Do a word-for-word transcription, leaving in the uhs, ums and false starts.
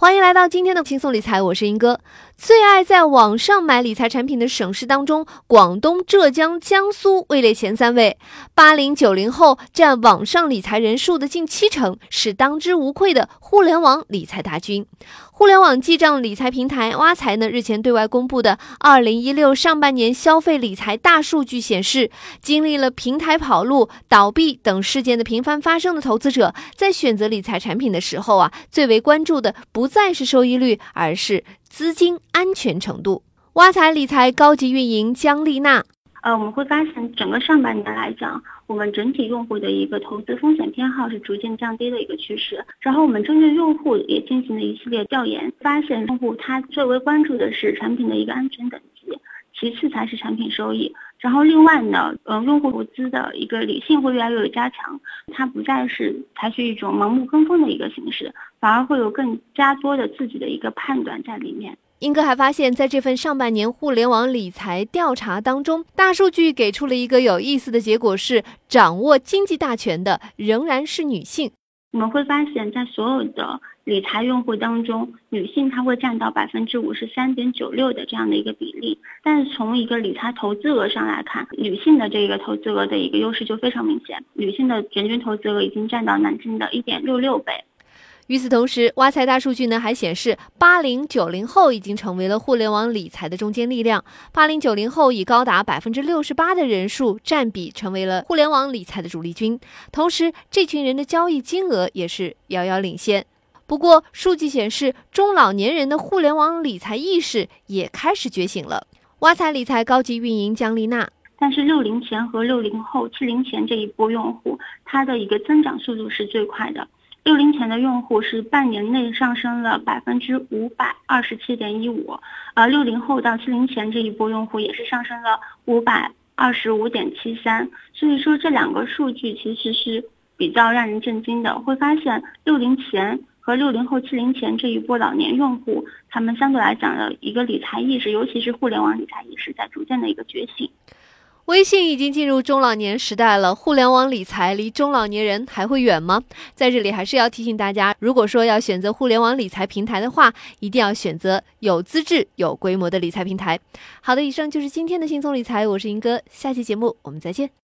欢迎来到今天的轻松理财，我是英哥。最爱在网上买理财产品的省市当中，广东、浙江、江苏位列前三位。八零九零后占网上理财人数的近七成，是当之无愧的互联网理财大军。互联网记账理财平台挖财呢，日前对外公布的二零一六上半年消费理财大数据显示，经历了平台跑路、倒闭等事件的频繁发生的投资者，在选择理财产品的时候啊，最为关注的不再是收益率，而是资金安全程度。挖财理财高级运营姜丽娜。 呃，我们会发现整个上半年来讲，我们整体用户的一个投资风险偏好是逐渐降低的一个趋势。然后我们针对用户也进行了一系列调研，发现用户他最为关注的是产品的一个安全等级，其次才是产品收益。然后另外呢，呃，用户投资的一个理性会越来越加强，它不再是采取一种盲目跟风的一个形式，反而会有更加多的自己的一个判断在里面。 英哥还发现，在这份上半年互联网理财调查当中，大数据给出了一个有意思的结果，是掌握经济大权的仍然是女性。 我们会发现，在所有的理财用户当中，女性她会占到百分之五十三点九六的这样的一个比例。但是从一个理财投资额上来看，女性的这个投资额的一个优势就非常明显，女性的人均投资额已经占到男性的一点六六倍。 与此同时，挖财大数据呢还显示，八零九零后已经成为了互联网理财的中坚力量。八零九零后以高达百分之六十八的人数占比，成为了互联网理财的主力军。同时，这群人的交易金额也是遥遥领先。不过，数据显示，中老年人的互联网理财意识也开始觉醒了。挖财理财高级运营姜丽娜。 但是六零前和六零后、七零前这一波用户，它的一个增长速度是最快的。六零前的用户是半年内上升了百分之五百二十七点一五，而六零后到七零前这一波用户也是上升了五百二十五点七三，所以说这两个数据其实是比较让人震惊的。会发现六零前和六零后、七零前这一波老年用户，他们相对来讲的一个理财意识，尤其是互联网理财意识，在逐渐的一个觉醒。 微信已经进入中老年时代了，互联网理财离中老年人还会远吗？在这里还是要提醒大家，如果说要选择互联网理财平台的话，一定要选择有资质、有规模的理财平台。好的，以上就是今天的轻松理财，我是英哥，下期节目我们再见。